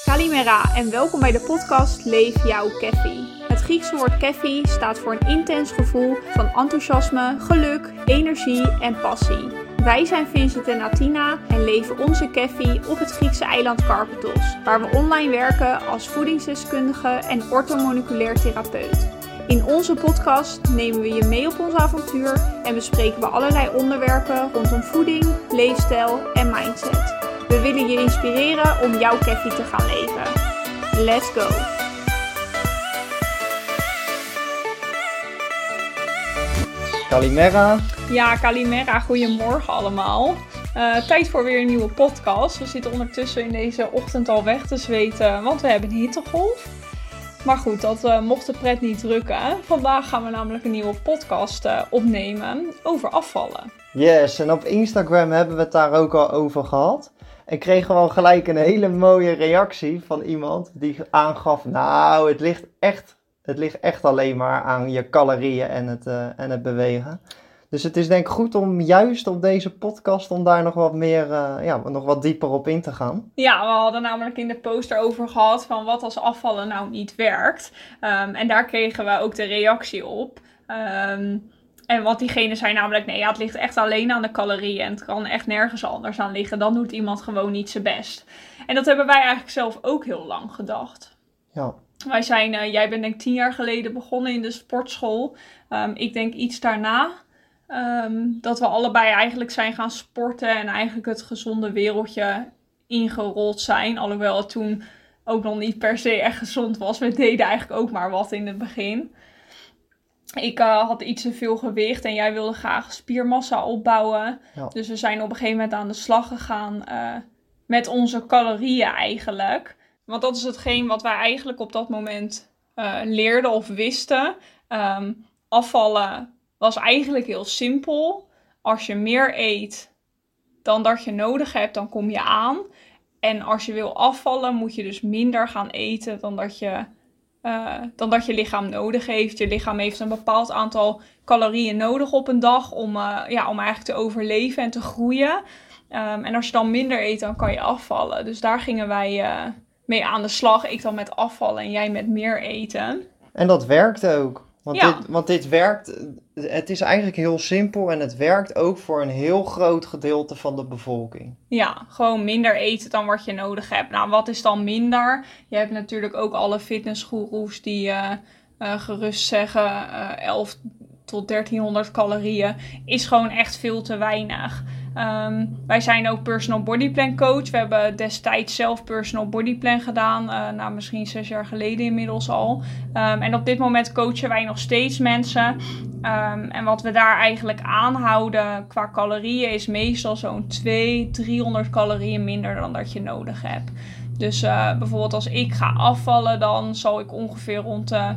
Kalimera en welkom bij de podcast Leef jouw Keffi. Het Griekse woord keffi staat voor een intens gevoel van enthousiasme, geluk, energie en passie. Wij zijn Vincent en Athina en leven onze keffi op het Griekse eiland Karpathos, waar we online werken als voedingsdeskundige en orthomoleculair therapeut. In onze podcast nemen we je mee op ons avontuur en bespreken we allerlei onderwerpen rondom voeding, leefstijl en mindset. We willen je inspireren om jouw keffi te gaan leven. Let's go! Kalimera. Ja, Kalimera, goedemorgen allemaal. Tijd voor weer een nieuwe podcast. We zitten ondertussen in deze ochtend al weg te zweten, want we hebben een hittegolf. Maar goed, dat mocht de pret niet drukken. Vandaag gaan we namelijk een nieuwe podcast opnemen over afvallen. Yes, en op Instagram hebben we het daar ook al over gehad. En kregen we al gelijk een hele mooie reactie van iemand die aangaf, nou, het ligt echt alleen maar aan je calorieën en het bewegen. Dus het is denk ik goed om juist op deze podcast om daar nog wat meer, nog wat dieper op in te gaan. Ja, we hadden namelijk in de post erover gehad van wat als afvallen nou niet werkt. En daar kregen we ook de reactie op. En wat diegene zei namelijk, nee, ja, het ligt echt alleen aan de calorieën en het kan echt nergens anders aan liggen. Dan doet iemand gewoon niet zijn best. En dat hebben wij eigenlijk zelf ook heel lang gedacht. Ja. Wij zijn, jij bent denk ik 10 jaar geleden begonnen in de sportschool. Ik denk iets daarna. Dat we allebei eigenlijk zijn gaan sporten en eigenlijk het gezonde wereldje ingerold zijn. Alhoewel het toen ook nog niet per se echt gezond was. We deden eigenlijk ook maar wat in het begin. Ik had iets te veel gewicht en jij wilde graag spiermassa opbouwen. Ja. Dus we zijn op een gegeven moment aan de slag gegaan met onze calorieën eigenlijk. Want dat is hetgeen wat wij eigenlijk op dat moment leerden of wisten. Afvallen was eigenlijk heel simpel. Als je meer eet dan dat je nodig hebt, dan kom je aan. En als je wil afvallen, moet je dus minder gaan eten dan dat je lichaam nodig heeft. Je lichaam heeft een bepaald aantal calorieën nodig op een dag om eigenlijk te overleven en te groeien. En als je dan minder eet, dan kan je afvallen. Dus daar gingen wij mee aan de slag. Ik dan met afvallen en jij met meer eten. En dat werkte ook. Want dit werkt, het is eigenlijk heel simpel en het werkt ook voor een heel groot gedeelte van de bevolking. Ja, gewoon minder eten dan wat je nodig hebt. Nou, wat is dan minder? Je hebt natuurlijk ook alle fitnessgoeroes die gerust zeggen 11 tot 1300 calorieën is gewoon echt veel te weinig. Wij zijn ook personal bodyplan coach. We hebben destijds zelf personal bodyplan gedaan. Misschien 6 jaar geleden inmiddels al. En op dit moment coachen wij nog steeds mensen. En wat we daar eigenlijk aanhouden qua calorieën is meestal zo'n 200-300 calorieën minder dan dat je nodig hebt. Dus bijvoorbeeld als ik ga afvallen, dan zal ik ongeveer rond de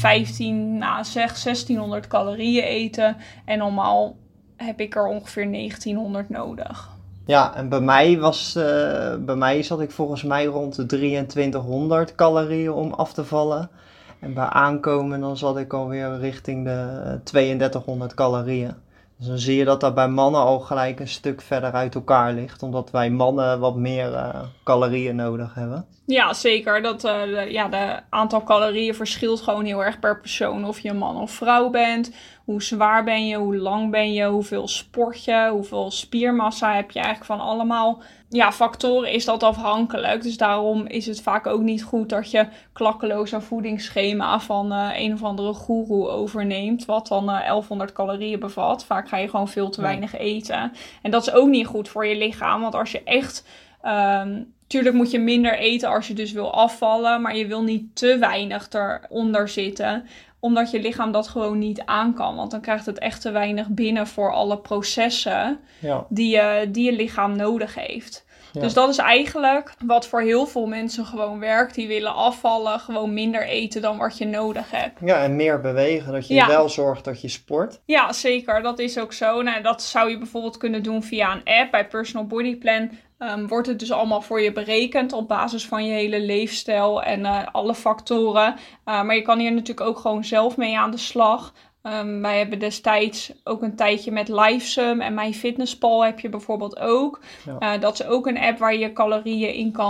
1600 calorieën eten. En normaal heb ik er ongeveer 1900 nodig. Ja, en bij mij zat ik volgens mij rond de 2300 calorieën om af te vallen. En bij aankomen dan zat ik alweer richting de 3200 calorieën. Dus dan zie je dat dat bij mannen al gelijk een stuk verder uit elkaar ligt. Omdat wij mannen wat meer calorieën nodig hebben. Ja, zeker. De aantal calorieën verschilt gewoon heel erg per persoon. Of je een man of vrouw bent. Hoe zwaar ben je? Hoe lang ben je? Hoeveel sport je? Hoeveel spiermassa heb je? Eigenlijk van allemaal factoren is dat afhankelijk. Dus daarom is het vaak ook niet goed dat je klakkeloos een voedingsschema van een of andere goeroe overneemt. Wat dan 1100 calorieën bevat. Vaak ga je gewoon veel te weinig eten. En dat is ook niet goed voor je lichaam. Want als je echt... Tuurlijk moet je minder eten als je dus wil afvallen. Maar je wil niet te weinig eronder zitten. Omdat je lichaam dat gewoon niet aan kan. Want dan krijgt het echt te weinig binnen voor alle processen die je lichaam nodig heeft. Ja. Dus dat is eigenlijk wat voor heel veel mensen gewoon werkt. Die willen afvallen, gewoon minder eten dan wat je nodig hebt. Ja, en meer bewegen. Dat je wel zorgt dat je sport. Ja, zeker. Dat is ook zo. Nou, dat zou je bijvoorbeeld kunnen doen via een app. Bij Personal Body Plan wordt het dus allemaal voor je berekend op basis van je hele leefstijl en alle factoren. Maar je kan hier natuurlijk ook gewoon zelf mee aan de slag. Wij hebben destijds ook een tijdje met Livesum en MyFitnessPal heb je bijvoorbeeld ook. Ja. Dat is ook een app waar je calorieën in kan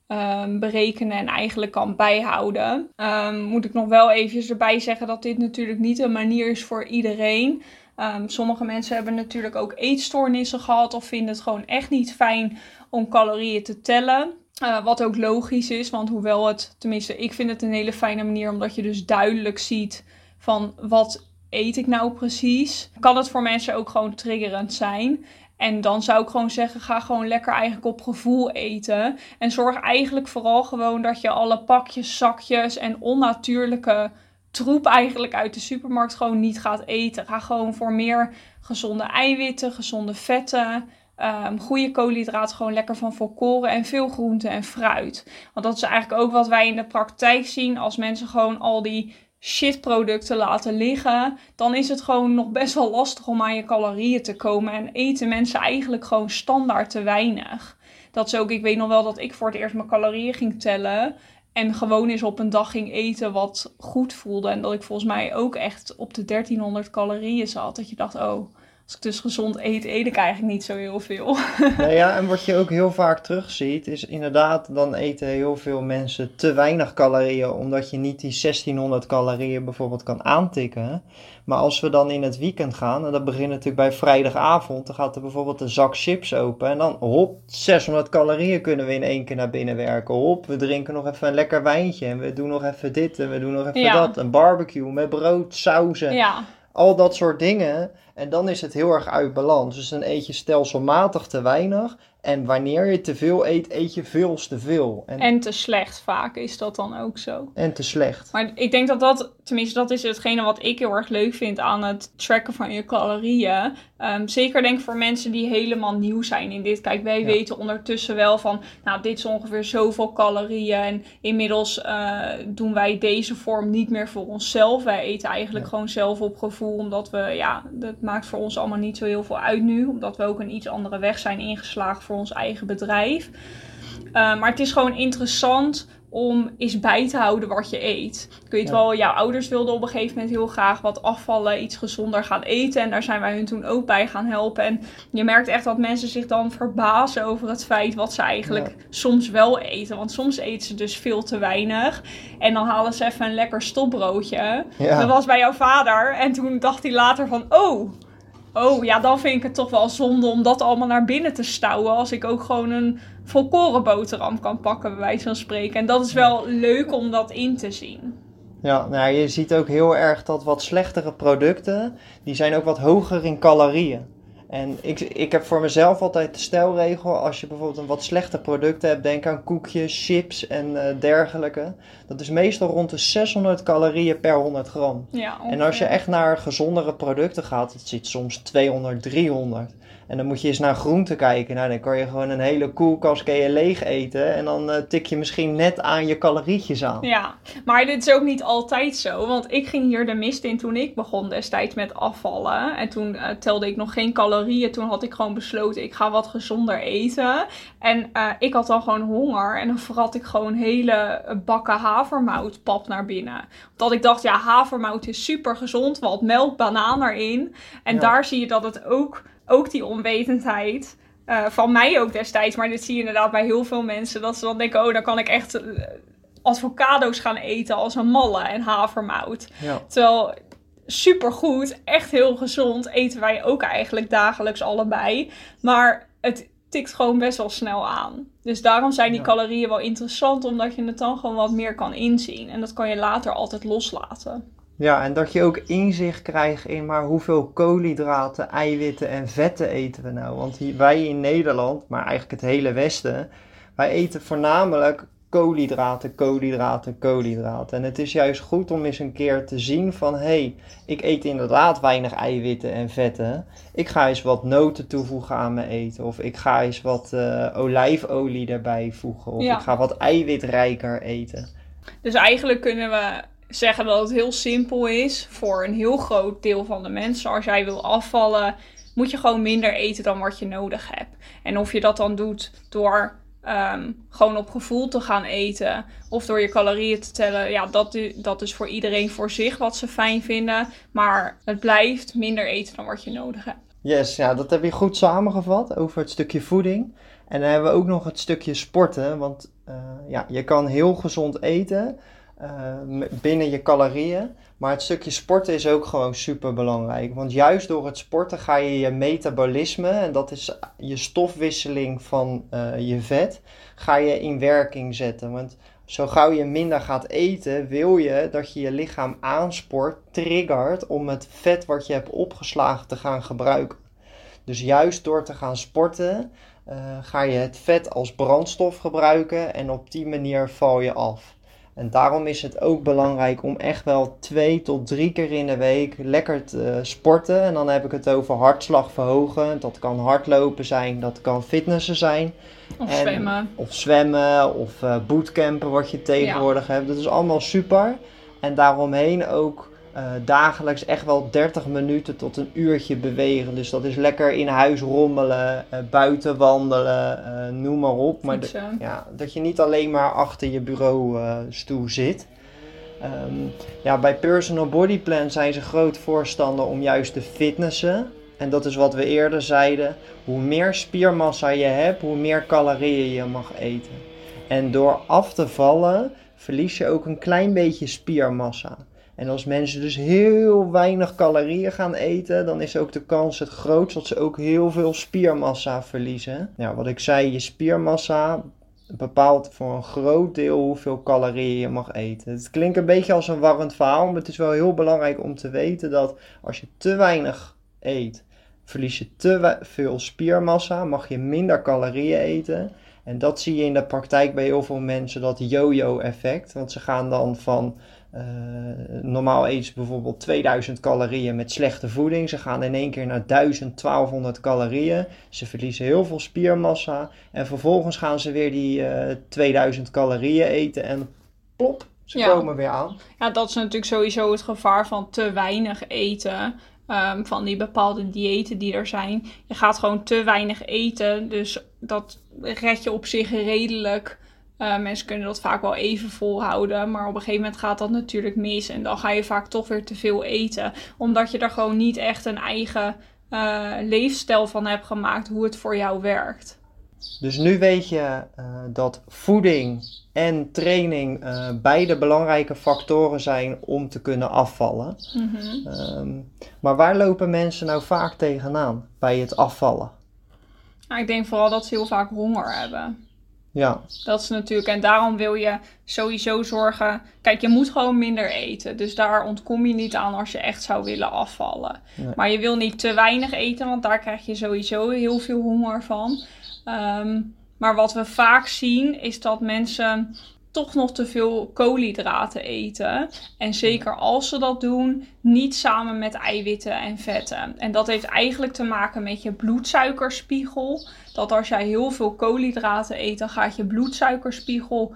berekenen en eigenlijk kan bijhouden. Moet ik nog wel eventjes erbij zeggen dat dit natuurlijk niet een manier is voor iedereen. Sommige mensen hebben natuurlijk ook eetstoornissen gehad of vinden het gewoon echt niet fijn om calorieën te tellen. Wat ook logisch is, want hoewel tenminste ik vind het een hele fijne manier omdat je dus duidelijk ziet van wat eet ik nou precies, kan het voor mensen ook gewoon triggerend zijn. En dan zou ik gewoon zeggen, ga gewoon lekker eigenlijk op gevoel eten. En zorg eigenlijk vooral gewoon dat je alle pakjes, zakjes en onnatuurlijke troep eigenlijk uit de supermarkt gewoon niet gaat eten. Ga gewoon voor meer gezonde eiwitten, gezonde vetten, goede koolhydraten, gewoon lekker van volkoren en veel groente en fruit. Want dat is eigenlijk ook wat wij in de praktijk zien. Als mensen gewoon al die shitproducten laten liggen, dan is het gewoon nog best wel lastig om aan je calorieën te komen. En eten mensen eigenlijk gewoon standaard te weinig. Dat is ook, ik weet nog wel dat ik voor het eerst mijn calorieën ging tellen en gewoon eens op een dag ging eten wat goed voelde. En dat ik volgens mij ook echt op de 1300 calorieën zat. Dat je dacht, oh, als ik dus gezond eet, eet ik eigenlijk niet zo heel veel. Nou ja, en wat je ook heel vaak terugziet, is inderdaad, dan eten heel veel mensen te weinig calorieën, omdat je niet die 1600 calorieën bijvoorbeeld kan aantikken. Maar als we dan in het weekend gaan, en dat begint natuurlijk bij vrijdagavond, dan gaat er bijvoorbeeld een zak chips open en dan hop, 600 calorieën kunnen we in 1 keer naar binnen werken. Hop, we drinken nog even een lekker wijntje en we doen nog even dit en we doen nog even dat. Een barbecue met brood, sauzen. Ja. Al dat soort dingen. En dan is het heel erg uit balans. Dus dan eet je stelselmatig te weinig. En wanneer je te veel eet, eet je veel te veel. En te slecht vaak is dat dan ook zo. En te slecht. Maar ik denk tenminste dat is hetgene wat ik heel erg leuk vind aan het tracken van je calorieën. Zeker denk ik voor mensen die helemaal nieuw zijn in dit. Kijk, wij weten ondertussen wel van, nou, dit is ongeveer zoveel calorieën. En inmiddels doen wij deze vorm niet meer voor onszelf. Wij eten eigenlijk gewoon zelf op gevoel. Omdat dat maakt voor ons allemaal niet zo heel veel uit nu. Omdat we ook een iets andere weg zijn ingeslagen voor ons eigen bedrijf. Maar het is gewoon interessant om eens bij te houden wat je eet. Ik weet wel, jouw ouders wilden op een gegeven moment heel graag wat afvallen, iets gezonder gaan eten. En daar zijn wij hun toen ook bij gaan helpen. En je merkt echt dat mensen zich dan verbazen over het feit wat ze eigenlijk soms wel eten. Want soms eten ze dus veel te weinig. En dan halen ze even een lekker stokbroodje. Ja. Dat was bij jouw vader. En toen dacht hij later van, dan vind ik het toch wel zonde om dat allemaal naar binnen te stouwen. Als ik ook gewoon een volkoren boterham kan pakken, bij wijze van spreken. En dat is wel leuk om dat in te zien. Ja, nou, je ziet ook heel erg dat wat slechtere producten, die zijn ook wat hoger in calorieën. En ik heb voor mezelf altijd de stelregel, als je bijvoorbeeld een wat slechter product hebt, denk aan koekjes, chips en dergelijke. Dat is meestal rond de 600 calorieën per 100 gram. Ja, en als je echt naar gezondere producten gaat, het zit soms 200, 300. En dan moet je eens naar groenten kijken. Nou, dan kan je gewoon een hele koelkast leeg eten. En dan tik je misschien net aan je calorietjes aan. Ja, maar dit is ook niet altijd zo. Want ik ging hier de mist in toen ik begon destijds met afvallen. En toen telde ik nog geen calorieën. Toen had ik gewoon besloten, ik ga wat gezonder eten. En ik had dan gewoon honger. En dan vrat ik gewoon hele bakken havermoutpap naar binnen. Omdat ik dacht, ja, havermout is super gezond. Wat melk, banaan erin. En daar zie je dat het ook die onwetendheid van mij ook destijds. Maar dit zie je inderdaad bij heel veel mensen. Dat ze dan denken, dan kan ik echt avocado's gaan eten als een malle en havermout. Ja. Terwijl supergoed, echt heel gezond, eten wij ook eigenlijk dagelijks allebei. Maar het tikt gewoon best wel snel aan. Dus daarom zijn die calorieën wel interessant, omdat je het dan gewoon wat meer kan inzien. En dat kan je later altijd loslaten. Ja, en dat je ook inzicht krijgt in maar hoeveel koolhydraten, eiwitten en vetten eten we nou. Want wij in Nederland, maar eigenlijk het hele Westen, wij eten voornamelijk koolhydraten. En het is juist goed om eens een keer te zien van, ik eet inderdaad weinig eiwitten en vetten. Ik ga eens wat noten toevoegen aan mijn eten. Of ik ga eens wat olijfolie erbij voegen. Of ik ga wat eiwitrijker eten. Dus eigenlijk kunnen we zeggen dat het heel simpel is voor een heel groot deel van de mensen. Als jij wil afvallen, moet je gewoon minder eten dan wat je nodig hebt. En of je dat dan doet door gewoon op gevoel te gaan eten of door je calorieën te tellen, dat is voor iedereen voor zich wat ze fijn vinden. Maar het blijft minder eten dan wat je nodig hebt. Yes, ja, dat heb je goed samengevat over het stukje voeding. En dan hebben we ook nog het stukje sporten. Want ja, je kan heel gezond eten binnen je calorieën. Maar het stukje sporten is ook gewoon super belangrijk. Want juist door het sporten ga je je metabolisme, en dat is je stofwisseling van je vet, ga je in werking zetten. Want zo gauw je minder gaat eten, wil je dat je je lichaam aanspoort, triggert om het vet wat je hebt opgeslagen te gaan gebruiken. Dus juist door te gaan sporten, ga je het vet als brandstof gebruiken en op die manier val je af. En daarom is het ook belangrijk om echt wel 2 tot 3 keer in de week lekker te sporten. En dan heb ik het over hartslag verhogen. Dat kan hardlopen zijn, dat kan fitnessen zijn. Of zwemmen, of bootcampen wat je tegenwoordig hebt. Dat is allemaal super. En daaromheen ook dagelijks echt wel 30 minuten tot een uurtje bewegen. Dus dat is lekker in huis rommelen, buiten wandelen, noem maar op. Maar dat je niet alleen maar achter je bureaustoel zit. Bij Personal Body Plan zijn ze groot voorstander om juist te fitnessen. En dat is wat we eerder zeiden. Hoe meer spiermassa je hebt, hoe meer calorieën je mag eten. En door af te vallen, verlies je ook een klein beetje spiermassa. En als mensen dus heel weinig calorieën gaan eten, dan is ook de kans het grootst dat ze ook heel veel spiermassa verliezen. Ja, wat ik zei, je spiermassa bepaalt voor een groot deel hoeveel calorieën je mag eten. Het klinkt een beetje als een warrend verhaal, maar het is wel heel belangrijk om te weten dat als je te weinig eet, verlies je te veel spiermassa, mag je minder calorieën eten. En dat zie je in de praktijk bij heel veel mensen, dat yo-yo effect. Want ze gaan dan van normaal eten ze bijvoorbeeld 2000 calorieën met slechte voeding. Ze gaan in één keer naar 1200 calorieën. Ze verliezen heel veel spiermassa. En vervolgens gaan ze weer die 2000 calorieën eten en plop, ze komen weer aan. Ja, dat is natuurlijk sowieso het gevaar van te weinig eten. Van die bepaalde diëten die er zijn. Je gaat gewoon te weinig eten. Dus dat red je op zich redelijk. Mensen kunnen dat vaak wel even volhouden. Maar op een gegeven moment gaat dat natuurlijk mis. En dan ga je vaak toch weer te veel eten. Omdat je er gewoon niet echt een eigen leefstijl van hebt gemaakt. Hoe het voor jou werkt. Dus nu weet je dat voeding en training beide belangrijke factoren zijn om te kunnen afvallen. Mm-hmm. Maar waar lopen mensen nou vaak tegenaan bij het afvallen? Nou, ik denk vooral dat ze heel vaak honger hebben. Ja. Dat is natuurlijk, en daarom wil je sowieso zorgen. Kijk, je moet gewoon minder eten. Dus daar ontkom je niet aan als je echt zou willen afvallen. Nee. Maar je wil niet te weinig eten, want daar krijg je sowieso heel veel honger van. Maar wat we vaak zien is dat mensen toch nog te veel koolhydraten eten. En zeker als ze dat doen, niet samen met eiwitten en vetten. En dat heeft eigenlijk te maken met je bloedsuikerspiegel. Dat als jij heel veel koolhydraten eet, dan gaat je bloedsuikerspiegel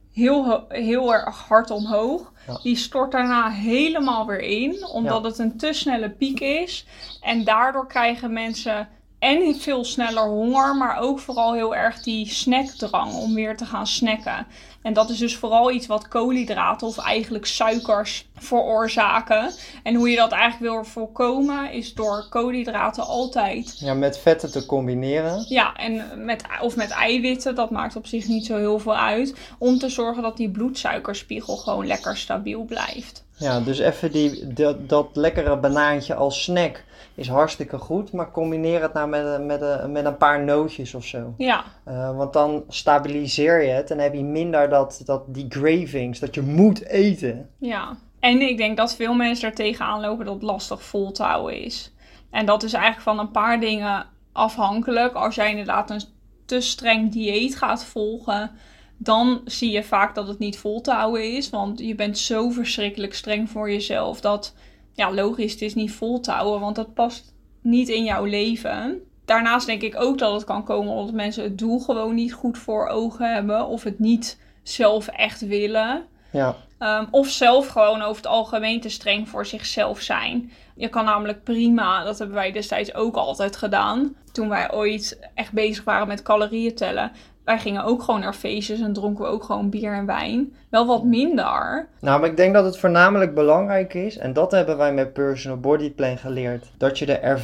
heel erg hard omhoog. Ja. Die stort daarna helemaal weer in, omdat het een te snelle piek is. En daardoor krijgen mensen en veel sneller honger, maar ook vooral heel erg die snackdrang om weer te gaan snacken. En dat is dus vooral iets wat koolhydraten of eigenlijk suikers veroorzaken. En hoe je dat eigenlijk wil voorkomen is door koolhydraten altijd... Ja, met vetten te combineren. Ja, en met eiwitten, dat maakt op zich niet zo heel veel uit. Om te zorgen dat die bloedsuikerspiegel gewoon lekker stabiel blijft. Ja, dus even dat lekkere banaantje als snack is hartstikke goed. Maar combineer het nou met een paar nootjes of zo. Ja. Want dan stabiliseer je het en heb je minder die cravings, dat je moet eten. Ja, en ik denk dat veel mensen er tegenaan lopen dat het lastig vol te houden is. En dat is eigenlijk van een paar dingen afhankelijk. Als jij inderdaad een te streng dieet gaat volgen, dan zie je vaak dat het niet vol te houden is. Want je bent zo verschrikkelijk streng voor jezelf dat, ja, logisch, het is niet vol te houden, want dat past niet in jouw leven. Daarnaast denk ik ook dat het kan komen omdat mensen het doel gewoon niet goed voor ogen hebben. Of het niet zelf echt willen. Ja. Of zelf gewoon over het algemeen te streng voor zichzelf zijn. Je kan namelijk prima, dat hebben wij destijds ook altijd gedaan. Toen wij ooit echt bezig waren met calorieën tellen. wij gingen ook gewoon naar feestjes en dronken we ook gewoon bier en wijn. Wel wat minder. Nou, maar ik denk dat het voornamelijk belangrijk is, en dat hebben wij met Personal Body Plan geleerd, dat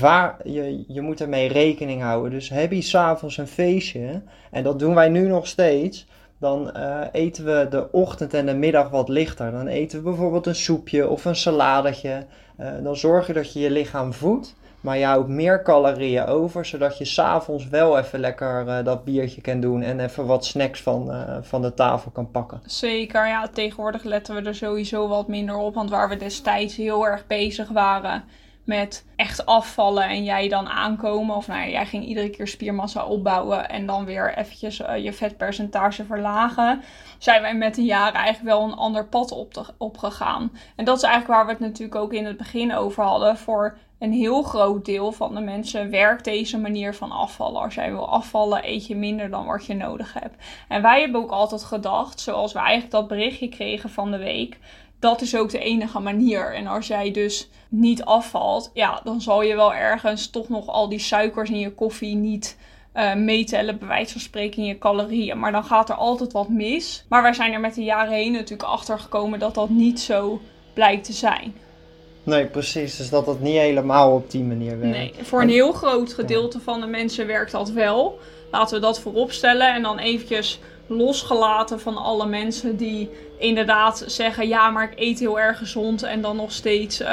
je moet ermee rekening houden. Dus heb je 's avonds een feestje, en dat doen wij nu nog steeds, dan eten we de ochtend en de middag wat lichter. Dan eten we bijvoorbeeld een soepje of een saladetje. Dan zorg je dat je je lichaam voedt. Maar je houdt meer calorieën over, zodat je 's avonds wel even lekker dat biertje kan doen en even wat snacks van de tafel kan pakken. Zeker, ja, tegenwoordig letten we er sowieso wat minder op. Want waar we destijds heel erg bezig waren met echt afvallen en jij dan aankomen. Of nou ja, jij ging iedere keer spiermassa opbouwen en dan weer eventjes je vetpercentage verlagen. Zijn wij met de jaren eigenlijk wel een ander pad opgegaan. En dat is eigenlijk waar we het natuurlijk ook in het begin over hadden. Voor een heel groot deel van de mensen werkt deze manier van afvallen. Als jij wil afvallen, eet je minder dan wat je nodig hebt. En wij hebben ook altijd gedacht, zoals we eigenlijk dat berichtje kregen van de week, dat is ook de enige manier. En als jij dus niet afvalt, ja, dan zal je wel ergens toch nog al die suikers in je koffie niet meetellen, bij wijze van spreken in je calorieën. Maar dan gaat er altijd wat mis. Maar wij zijn er met de jaren heen natuurlijk achter gekomen dat dat niet zo blijkt te zijn. Nee, precies. Dus dat niet helemaal op die manier werkt. Nee, voor een heel groot gedeelte van de mensen werkt dat wel. Laten we dat voorop stellen. En dan eventjes losgelaten van alle mensen die inderdaad zeggen, ja, maar ik eet heel erg gezond en dan nog steeds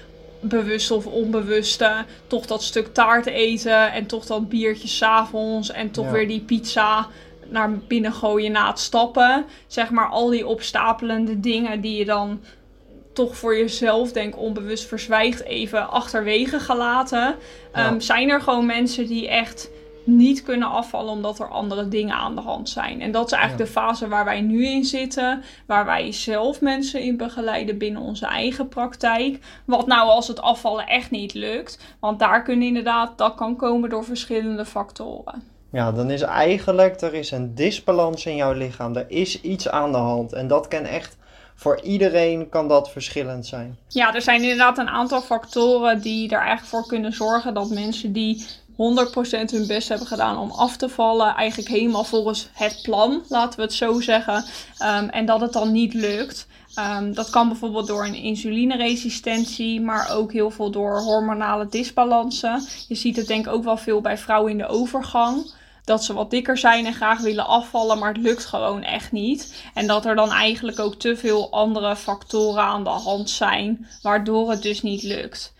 bewust of onbewust toch dat stuk taart eten en toch dat biertje 's avonds en toch weer die pizza naar binnen gooien na het stappen. Zeg maar al die opstapelende dingen die je dan toch voor jezelf, denk onbewust verzwijgt, even achterwege gelaten. Zijn er gewoon mensen die echt niet kunnen afvallen omdat er andere dingen aan de hand zijn. En dat is eigenlijk de fase waar wij nu in zitten. Waar wij zelf mensen in begeleiden binnen onze eigen praktijk. Wat nou als het afvallen echt niet lukt? Want daar kunnen inderdaad, dat kan komen door verschillende factoren. Ja, dan is eigenlijk, er is een disbalans in jouw lichaam. Er is iets aan de hand. En dat kan echt, voor iedereen kan dat verschillend zijn. Ja, er zijn inderdaad een aantal factoren die er eigenlijk voor kunnen zorgen dat mensen die 100% hun best hebben gedaan om af te vallen, eigenlijk helemaal volgens het plan, laten we het zo zeggen, en dat het dan niet lukt. Dat kan bijvoorbeeld door een insulineresistentie, maar ook heel veel door hormonale disbalansen. Je ziet het denk ik ook wel veel bij vrouwen in de overgang. Dat ze wat dikker zijn en graag willen afvallen, maar het lukt gewoon echt niet. En dat er dan eigenlijk ook te veel andere factoren aan de hand zijn, waardoor het dus niet lukt.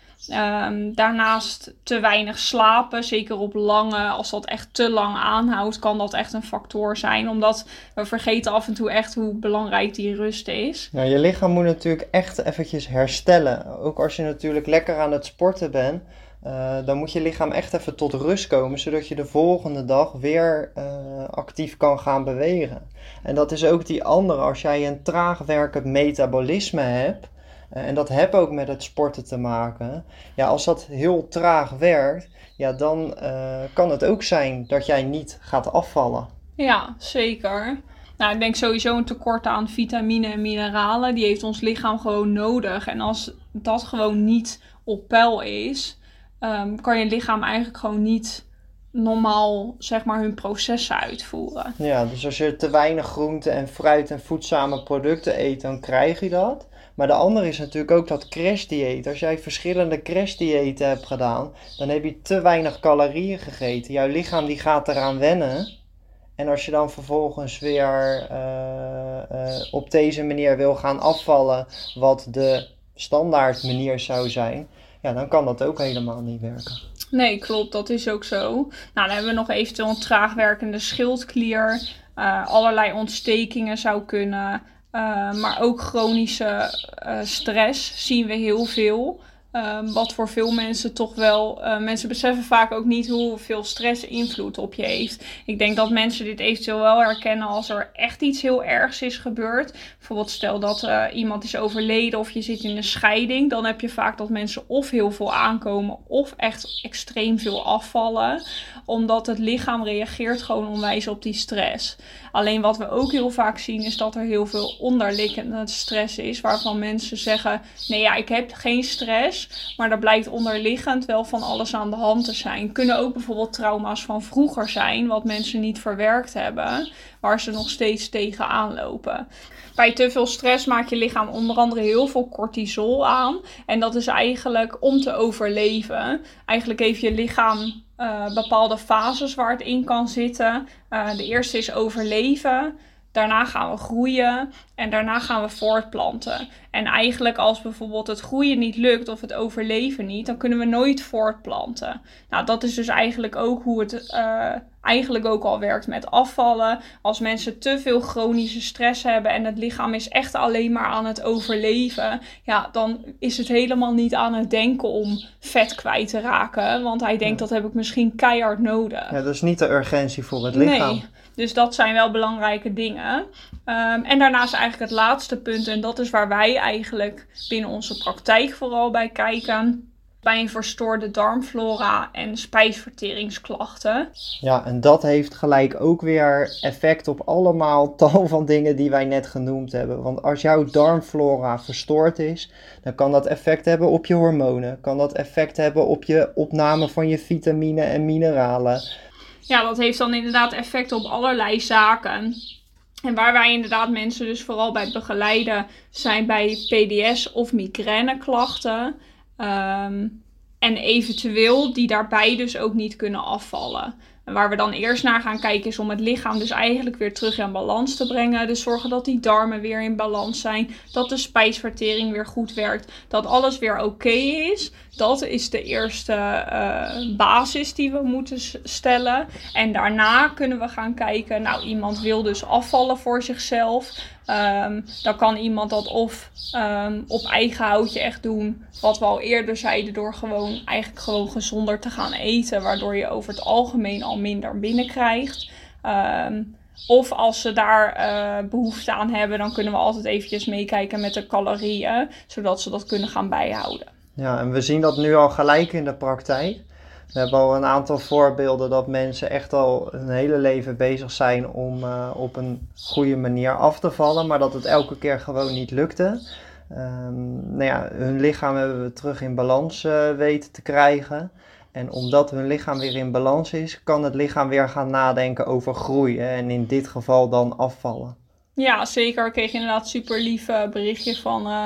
Daarnaast te weinig slapen, zeker op lange, als dat echt te lang aanhoudt, kan dat echt een factor zijn. Omdat we vergeten af en toe echt hoe belangrijk die rust is. Ja, je lichaam moet natuurlijk echt eventjes herstellen. Ook als je natuurlijk lekker aan het sporten bent, dan moet je lichaam echt even tot rust komen, zodat je de volgende dag weer actief kan gaan bewegen. En dat is ook die andere, als jij een traag werkend metabolisme hebt, en dat heeft ook met het sporten te maken. Ja, als dat heel traag werkt, ja, dan kan het ook zijn dat jij niet gaat afvallen. Ja, zeker. Nou, ik denk sowieso een tekort aan vitamine en mineralen. Die heeft ons lichaam gewoon nodig. En als dat gewoon niet op peil is, kan je lichaam eigenlijk gewoon niet normaal, zeg maar, hun processen uitvoeren. Ja, dus als je te weinig groente en fruit en voedzame producten eet, dan krijg je dat. Maar de andere is natuurlijk ook dat crashdieet. Als jij verschillende crashdiëten hebt gedaan, dan heb je te weinig calorieën gegeten. Jouw lichaam die gaat eraan wennen. En als je dan vervolgens weer op deze manier wil gaan afvallen, wat de standaard manier zou zijn, ja, dan kan dat ook helemaal niet werken. Nee, klopt. Dat is ook zo. Nou, dan hebben we nog eventueel een traag werkende schildklier. Allerlei ontstekingen zou kunnen. Maar ook chronische stress zien we heel veel. Wat voor veel mensen toch wel... mensen beseffen vaak ook niet hoeveel stress invloed op je heeft. Ik denk dat mensen dit eventueel wel herkennen als er echt iets heel ergs is gebeurd. Bijvoorbeeld stel dat iemand is overleden of je zit in een scheiding. Dan heb je vaak dat mensen of heel veel aankomen of echt extreem veel afvallen. Omdat het lichaam reageert gewoon onwijs op die stress. Alleen wat we ook heel vaak zien is dat er heel veel onderliggende stress is. Waarvan mensen zeggen, nee ja, ik heb geen stress. stress. Maar er blijkt onderliggend wel van alles aan de hand te zijn. Kunnen ook bijvoorbeeld trauma's van vroeger zijn, wat mensen niet verwerkt hebben, waar ze nog steeds tegenaan lopen. Bij te veel stress maakt je lichaam onder andere heel veel cortisol aan. En dat is eigenlijk om te overleven. Eigenlijk heeft je lichaam bepaalde fases waar het in kan zitten. De eerste is overleven. Daarna gaan we groeien en daarna gaan we voortplanten. En eigenlijk als bijvoorbeeld het groeien niet lukt of het overleven niet, dan kunnen we nooit voortplanten. Nou, dat is dus eigenlijk ook hoe het eigenlijk ook al werkt met afvallen. Als mensen te veel chronische stress hebben en het lichaam is echt alleen maar aan het overleven, ja, dan is het helemaal niet aan het denken om vet kwijt te raken. Want hij denkt, dat heb ik misschien keihard nodig. Ja, dat is niet de urgentie voor het lichaam. Nee. Dus dat zijn wel belangrijke dingen. En daarnaast eigenlijk het laatste punt, en dat is waar wij eigenlijk binnen onze praktijk vooral bij kijken, bij een verstoorde darmflora en spijsverteringsklachten. Ja, en dat heeft gelijk ook weer effect op allemaal tal van dingen die wij net genoemd hebben. Want als jouw darmflora verstoord is, dan kan dat effect hebben op je hormonen. Kan dat effect hebben op je opname van je vitamine en mineralen. Ja, dat heeft dan inderdaad effect op allerlei zaken. En waar wij inderdaad mensen dus vooral bij begeleiden, zijn bij PDS of migraineklachten. En eventueel die daarbij dus ook niet kunnen afvallen. En waar we dan eerst naar gaan kijken is om het lichaam dus eigenlijk weer terug in balans te brengen. Dus zorgen dat die darmen weer in balans zijn. Dat de spijsvertering weer goed werkt. Dat alles weer oké is. Dat is de eerste basis die we moeten stellen. En daarna kunnen we gaan kijken. Nou, iemand wil dus afvallen voor zichzelf. Dan kan iemand dat of op eigen houtje echt doen. Wat we al eerder zeiden, door eigenlijk gewoon gezonder te gaan eten. Waardoor je over het algemeen al minder binnenkrijgt. Of als ze daar behoefte aan hebben, dan kunnen we altijd eventjes meekijken met de calorieën. Zodat ze dat kunnen gaan bijhouden. Ja, en we zien dat nu al gelijk in de praktijk. We hebben al een aantal voorbeelden dat mensen echt al hun hele leven bezig zijn om op een goede manier af te vallen. Maar dat het elke keer gewoon niet lukte. Hun lichaam hebben we terug in balans weten te krijgen. En omdat hun lichaam weer in balans is, kan het lichaam weer gaan nadenken over groeien. En in dit geval dan afvallen. Ja, zeker. Ik kreeg inderdaad super lief berichtje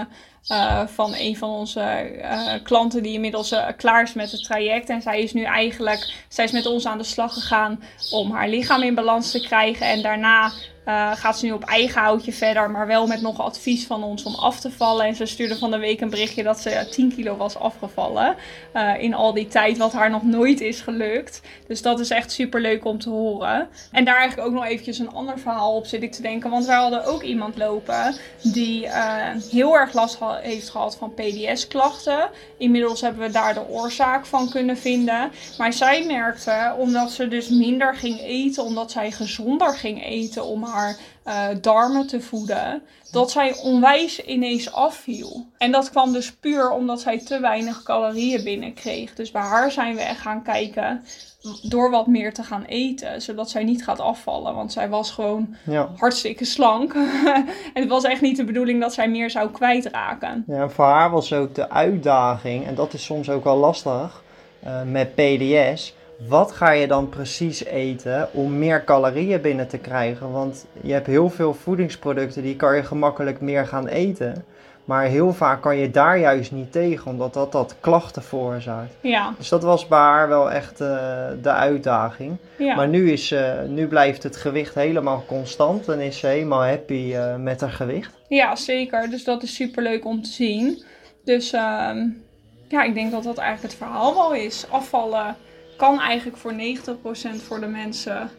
van een van onze klanten die inmiddels klaar is met het traject. En zij is met ons aan de slag gegaan om haar lichaam in balans te krijgen. En daarna gaat ze nu op eigen houtje verder, maar wel met nog advies van ons om af te vallen. En ze stuurde van de week een berichtje dat ze 10 kilo was afgevallen in al die tijd, wat haar nog nooit is gelukt. Dus dat is echt super leuk om te horen. En daar eigenlijk ook nog eventjes een ander verhaal op zit ik te denken, want wij hadden ook iemand lopen die heel erg last heeft gehad van PDS-klachten. Inmiddels hebben we daar de oorzaak van kunnen vinden. Maar zij merkte, omdat ze dus minder ging eten, omdat zij gezonder ging eten om haar darmen te voeden, dat zij onwijs ineens afviel. En dat kwam dus puur omdat zij te weinig calorieën binnenkreeg. Dus bij haar zijn we echt gaan kijken door wat meer te gaan eten, zodat zij niet gaat afvallen. Want zij was gewoon hartstikke slank. En het was echt niet de bedoeling dat zij meer zou kwijtraken. Ja, voor haar was ook de uitdaging, en dat is soms ook wel lastig met PDS. Wat ga je dan precies eten om meer calorieën binnen te krijgen? Want je hebt heel veel voedingsproducten die kan je gemakkelijk meer gaan eten. Maar heel vaak kan je daar juist niet tegen, omdat dat klachten veroorzaakt. Ja. Dus dat was bij haar wel echt de uitdaging. Ja. Maar nu blijft het gewicht helemaal constant en is ze helemaal happy met haar gewicht. Ja, zeker. Dus dat is super leuk om te zien. Dus ik denk dat dat eigenlijk het verhaal wel is. Afvallen kan eigenlijk voor 90% voor de mensen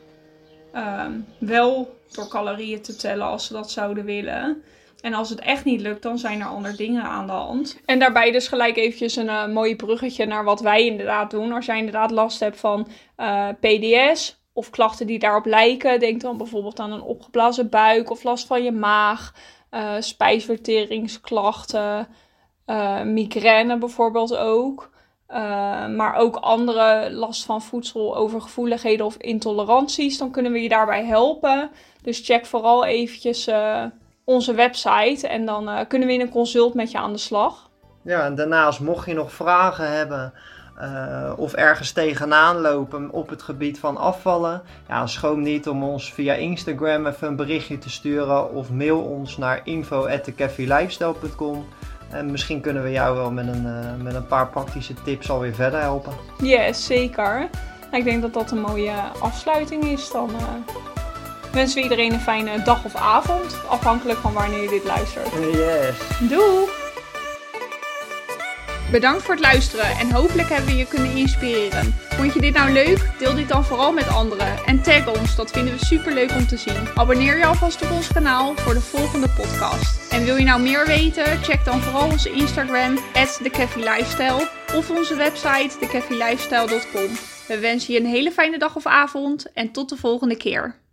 wel door calorieën te tellen als ze dat zouden willen. En als het echt niet lukt, dan zijn er andere dingen aan de hand. En daarbij dus gelijk eventjes een mooi bruggetje naar wat wij inderdaad doen. Als jij inderdaad last hebt van PDS of klachten die daarop lijken, denk dan bijvoorbeeld aan een opgeblazen buik of last van je maag, spijsverteringsklachten, migraine bijvoorbeeld ook. Maar ook andere last van voedselovergevoeligheden of intoleranties, dan kunnen we je daarbij helpen. Dus check vooral eventjes onze website en dan kunnen we in een consult met je aan de slag. Ja, en daarnaast mocht je nog vragen hebben of ergens tegenaan lopen op het gebied van afvallen. Ja, schroom niet om ons via Instagram even een berichtje te sturen of mail ons naar info@thecafélifestyle.com. En misschien kunnen we jou wel met een paar praktische tips alweer verder helpen. Yes, zeker. Ik denk dat dat een mooie afsluiting is. Dan wensen we iedereen een fijne dag of avond. Afhankelijk van wanneer je dit luistert. Yes. Doei! Bedankt voor het luisteren en hopelijk hebben we je kunnen inspireren. Vond je dit nou leuk? Deel dit dan vooral met anderen en tag ons, dat vinden we super leuk om te zien. Abonneer je alvast op ons kanaal voor de volgende podcast. En wil je nou meer weten? Check dan vooral onze Instagram @thecafélifestyle of onze website thecafélifestyle.com. We wensen je een hele fijne dag of avond en tot de volgende keer.